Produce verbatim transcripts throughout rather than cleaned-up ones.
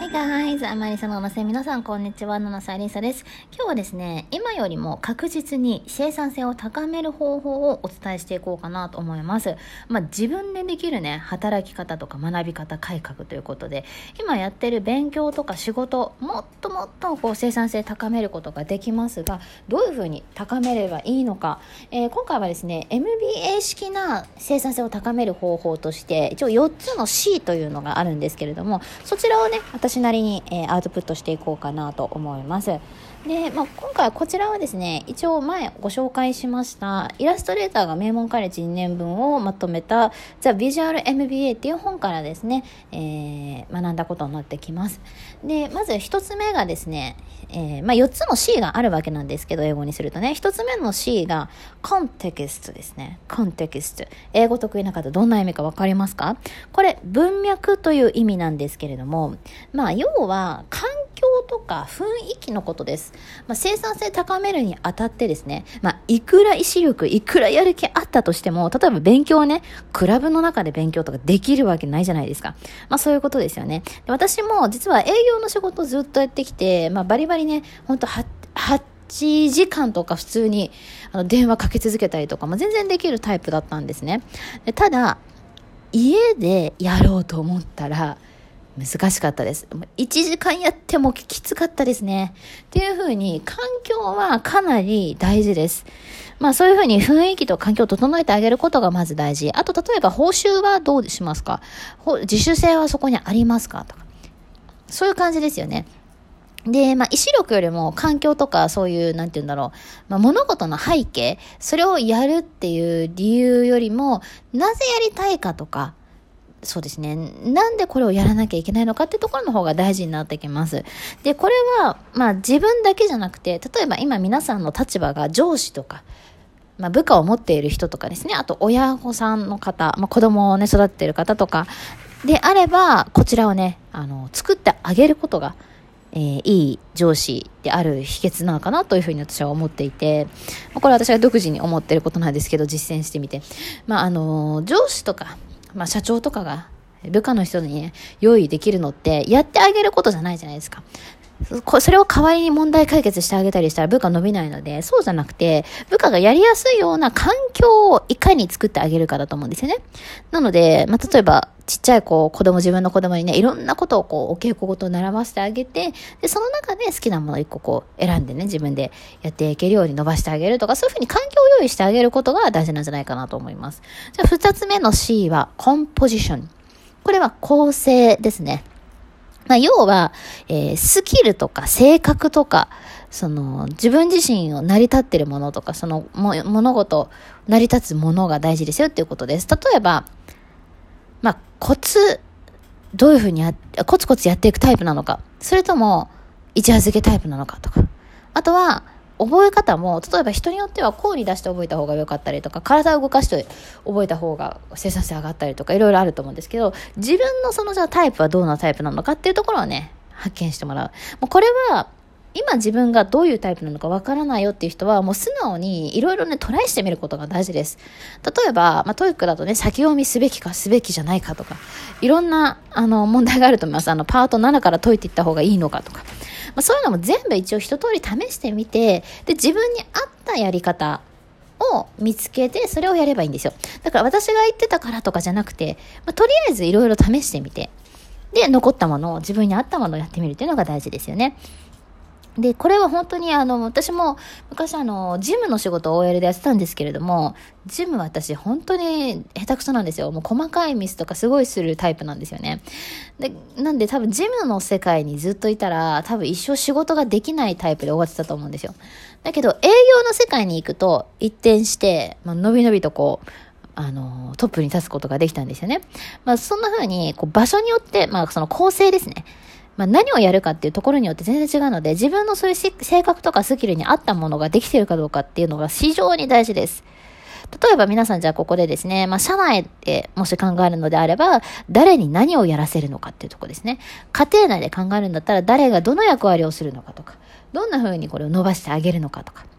Hi guys! アマリサののせ皆さんこんにちは、ののさアリサです。今日はですね、今よりも確実に生産性を高める方法をお伝えしていこうかなと思います。まあ自分でできるね、働き方とか学び方改革ということで、今やってる勉強とか仕事、もっともっとこう生産性高めることができますが、どういうふうに高めればいいのか、えー、今回はですね、エムビーエー 式な生産性を高める方法として、一応よっつの シー というのがあるんですけれども、そちらをね、私なりに、えー、アウトプットしていこうかなと思います。で、まあ、今回はこちらはですね、一応前ご紹介しましたイラストレーターが名門カレッジにねんぶんをまとめた The Visual エムビーエー っていう本からですね、えー、学んだことになってきます。で、まず一つ目がですね、えーまあ、よっつの シー があるわけなんですけど、英語にするとね、一つ目の シー が Context ですね。Context。英語得意な方どんな意味かわかりますか？これ文脈という意味なんですけれども、まあ要は環境とか雰囲気のことです。まあ、生産性高めるにあたってですね、まあいくら意志力、いくらやる気あったとしても、例えば勉強ね、クラブの中で勉強とかできるわけないじゃないですか。まあそういうことですよね。で、私も実は営業の仕事をずっとやってきて、まあバリバリね、ほんとはちじかんとか普通にあの電話かけ続けたりとか、まあ、全然できるタイプだったんですね。で、ただ家でやろうと思ったら難しかったです。いちじかんやってもきつかったですね。っていう風に環境はかなり大事です。まあそういう風に雰囲気と環境を整えてあげることがまず大事。あと例えば報酬はどうしますか？自主性はそこにありますかとか。そういう感じですよね。で、まあ、意志力よりも環境とかそういう、なんて言うんだろう、まあ、物事の背景、それをやるっていう理由よりも、なぜやりたいかとか、そうですね、なんでこれをやらなきゃいけないのかっていうところの方が大事になってきます。で、これは、まあ、自分だけじゃなくて、例えば今皆さんの立場が上司とか、まあ、部下を持っている人とかですね、あと親御さんの方、まあ、子供をね、育てている方とかであれば、こちらをね、あの、作ってあげることが、えー、いい上司である秘訣なのかなというふうに私は思っていて、これは私が独自に思っていることなんですけど、実践してみて、まああの上司とか、まあ、社長とかが部下の人に、ね、用意できるのってやってあげることじゃないじゃないですか。それを代わりに問題解決してあげたりしたら部下伸びないので、そうじゃなくて部下がやりやすいような環境をいかに作ってあげるかだと思うんですよね。なので、まあ、例えばちっちゃい子、子供、自分の子供にね、いろんなことをこうお稽古事を習わせてあげて、でその中で好きなものを一個こう選んでね、自分でやっていけるように伸ばしてあげるとか、そういうふうに環境を用意してあげることが大事なんじゃないかなと思います。じゃあ二つ目の シー はコンポジション。これは構成ですね。まあ、要は、えー、スキルとか性格とか、その自分自身を成り立っているものとか、そのも物事、成り立つものが大事ですよっていうことです。例えば、まあ、コツ、どういうふうにや、コツコツやっていくタイプなのか、それとも、一夜漬けタイプなのかとか。あとは、覚え方も、例えば人によっては声に出して覚えた方が良かったりとか、体を動かして覚えた方が生産性上がったりとか、いろいろあると思うんですけど、自分のそのじゃあタイプはどんなタイプなのかっていうところをね、発見してもらう。もうこれは、今自分がどういうタイプなのかわからないよっていう人は、もう素直にいろいろね、トライしてみることが大事です。例えば、まあ、トイックだとね、先読みすべきかすべきじゃないかとか、いろんな、あの、問題があると思います。あの、パートななから解いていった方がいいのかとか。まあ、そういうのも全部一応一通り試してみて、で、自分に合ったやり方を見つけて、それをやればいいんですよ。だから私が言ってたからとかじゃなくて、まあ、とりあえずいろいろ試してみて、で、残ったものを、自分に合ったものをやってみるっていうのが大事ですよね。で、これは本当にあの、私も昔あの、ジムの仕事を オーエル でやってたんですけれども、ジムは私本当に下手くそなんですよ。もう細かいミスとかすごいするタイプなんですよね。で、なんで多分ジムの世界にずっといたら、多分一生仕事ができないタイプで終わってたと思うんですよ。だけど営業の世界に行くと一転して、まあ、のびのびとこう、あの、トップに立つことができたんですよね。まあそんな風に、こう場所によって、まあその構成ですね。まあ、何をやるかっていうところによって全然違うので、自分のそういう性格とかスキルに合ったものができているかどうかっていうのが非常に大事です。例えば皆さんじゃあここでですね、まあ社内でもし考えるのであれば、誰に何をやらせるのかっていうところですね。家庭内で考えるんだったら誰がどの役割をするのかとか、どんな風にこれを伸ばしてあげるのかとか。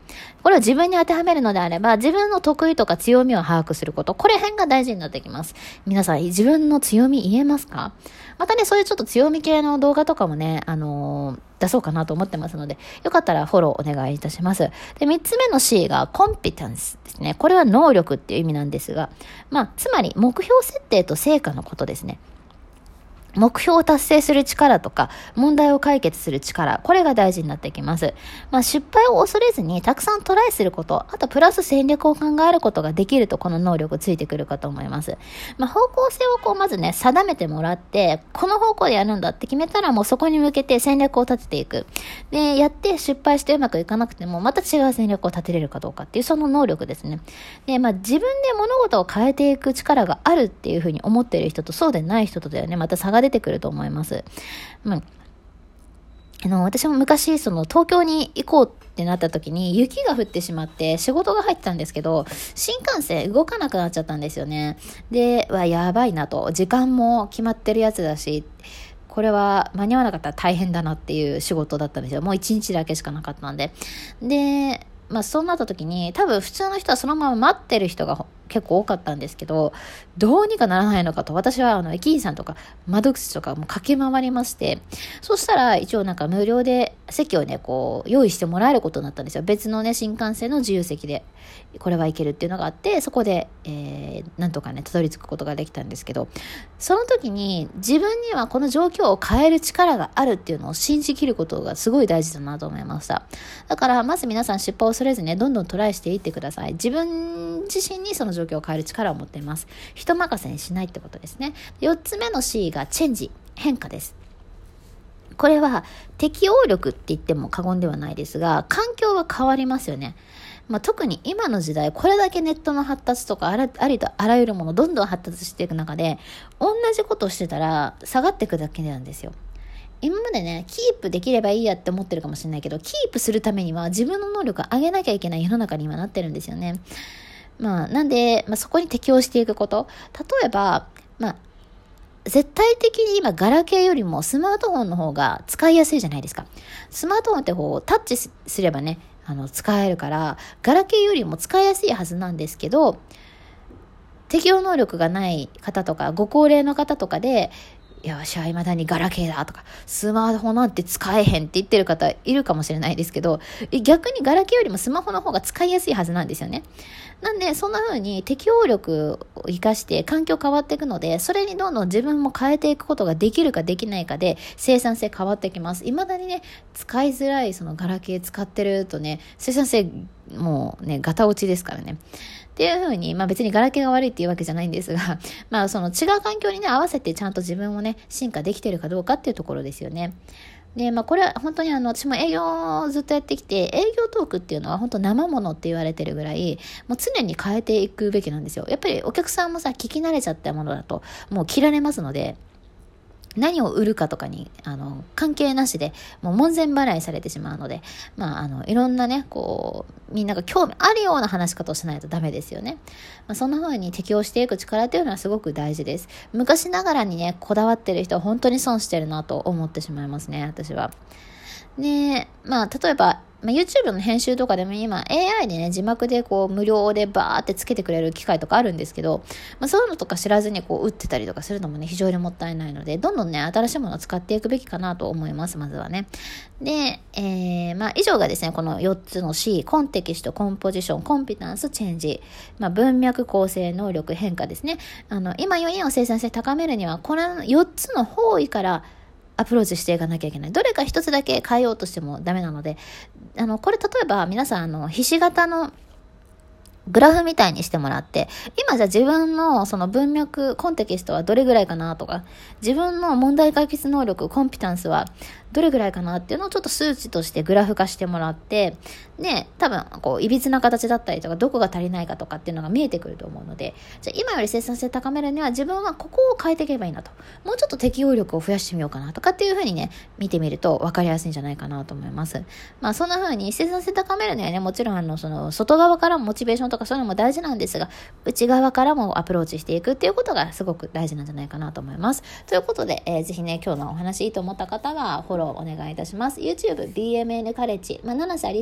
これを自分に当てはめるのであれば、自分の得意とか強みを把握すること。これ辺が大事になってきます。皆さん、自分の強み言えますか？またね、そういうちょっと強み系の動画とかもね、あのー、出そうかなと思ってますので、よかったらフォローお願いいたします。で、三つ目の C がコンピタンスですね。これは能力っていう意味なんですが、まあ、つまり目標設定と成果のことですね。目標を達成する力とか問題を解決する力、これが大事になってきます。まあ、失敗を恐れずにたくさんトライすること、あとプラス戦略を考えることができると、この能力ついてくるかと思います。まあ、方向性をこうまずね定めてもらって、この方向でやるんだって決めたら、もうそこに向けて戦略を立てていく。で、やって失敗してうまくいかなくてもまた違う戦略を立てれるかどうかっていう、その能力ですね。で、まあ、自分で物事を変えていく力があるっていうふうに思っている人とそうでない人とではね、また差が出てくると思います。うん、あの私も昔その東京に行こうってなった時に雪が降ってしまって仕事が入ってたんですけど、新幹線動かなくなっちゃったんですよね。で、わやばいなと、時間も決まってるやつだし、これは間に合わなかったら大変だなっていう仕事だったんですよ。もう一日だけしかなかったんで。で、まあそうなった時に、多分普通の人はそのまま待ってる人が結構多かったんですけど、どうにかならないのかと、私はあの駅員さんとか窓口とかも駆け回りまして、そしたら一応なんか無料で席をねこう用意してもらえることになったんですよ。別のね新幹線の自由席でこれはいけるっていうのがあって、そこで、えー、なんとかねたどり着くことができたんですけど、その時に自分にはこの状況を変える力があるっていうのを信じきることがすごい大事だなと思いました。だからまず皆さん失敗を恐れずね、どんどんトライしていってください。自分自身にその状況を変える力を持っています。人任せにしないってことですね。よっつめの C がチェンジ、変化です。これは適応力って言っても過言ではないですが、環境は変わりますよね。まあ、特に今の時代、これだけネットの発達とかあらありとあらゆるものどんどん発達していく中で、同じことをしてたら下がっていくだけなんですよ。今までねキープできればいいやって思ってるかもしれないけど、キープするためには自分の能力を上げなきゃいけない世の中に今なってるんですよね。まあ、なんで、まあ、そこに適応していくこと。例えば、まあ、絶対的に今ガラケーよりもスマートフォンの方が使いやすいじゃないですか。スマートフォンってこうタッチすればねあの使えるから、ガラケーよりも使いやすいはずなんですけど、適応能力がない方とかご高齢の方とかで、いや私は未だにガラケーだとかスマホなんて使えへんって言ってる方いるかもしれないですけど、逆にガラケーよりもスマホの方が使いやすいはずなんですよね。なんでそんな風に適応力を生かして環境変わっていくので、それにどんどん自分も変えていくことができるかできないかで生産性変わってきます。未だにね使いづらいそのガラケー使ってるとね、生産性もうねガタ落ちですからね。っていう風に、まあ別にガラケーが悪いっていうわけじゃないんですが、まあその違う環境にね合わせてちゃんと自分をね進化できてるかどうかっていうところですよね。で、まあこれは本当にあの私も営業をずっとやってきて、営業トークっていうのは本当生ものって言われてるぐらい、もう常に変えていくべきなんですよ。やっぱりお客さんもさ聞き慣れちゃったものだともう切られますので、何を売るかとかにあの関係なしでもう門前払いされてしまうので、まあ、あのいろんなねこうみんなが興味あるような話し方をしないとダメですよね。まあ、そんな風に適応していく力っていうのはすごく大事です。昔ながらにねこだわってる人は本当に損してるなと思ってしまいますね、私は。で、まあ例えばまあ、YouTube の編集とかでも今 エーアイ でね字幕でこう無料でバーってつけてくれる機械とかあるんですけど、まあ、そういうのとか知らずにこう打ってたりとかするのもね非常にもったいないので、どんどんね新しいものを使っていくべきかなと思います。まずはね。で、えー、まあ以上がですねこのよっつの C、 コンテキスト、コンポジション、コンピタンス、チェンジ、まあ、文脈、構成、能力、変化ですね。あの今よりの生産性高めるにはこのよっつの方位からアプローチしていかなきゃいけない。どれか一つだけ変えようとしてもダメなので、あのこれ例えば皆さんあのひし形のグラフみたいにしてもらって、今じゃあ自分のその文脈コンテキストはどれぐらいかなとか、自分の問題解決能力コンピタンスはどれぐらいかなっていうのをちょっと数値としてグラフ化してもらって、で多分こういびつな形だったりとかどこが足りないかとかっていうのが見えてくると思うので、じゃあ今より生産性高めるには自分はここを変えていけばいいなと、もうちょっと適応力を増やしてみようかなとかっていう風にね見てみると分かりやすいんじゃないかなと思います。まあそんな風に生産性高めるにはね、もちろんあのその外側からもモチベーションとかそういうのも大事なんですが、内側からもアプローチしていくっていうことがすごく大事なんじゃないかなと思います。ということで、えー、ぜひね今日のお話いいと思った方はフォローお願いいたします。 YouTube ビーエムエヌ カレッジ、まあ、七瀬アリーサで検索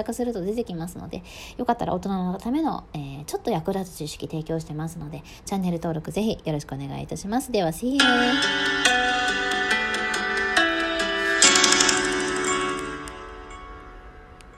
索すると出てきますので、よかったら大人のための、えー、ちょっと役立つ知識提供してますので、チャンネル登録ぜひよろしくお願いいたします。では See you!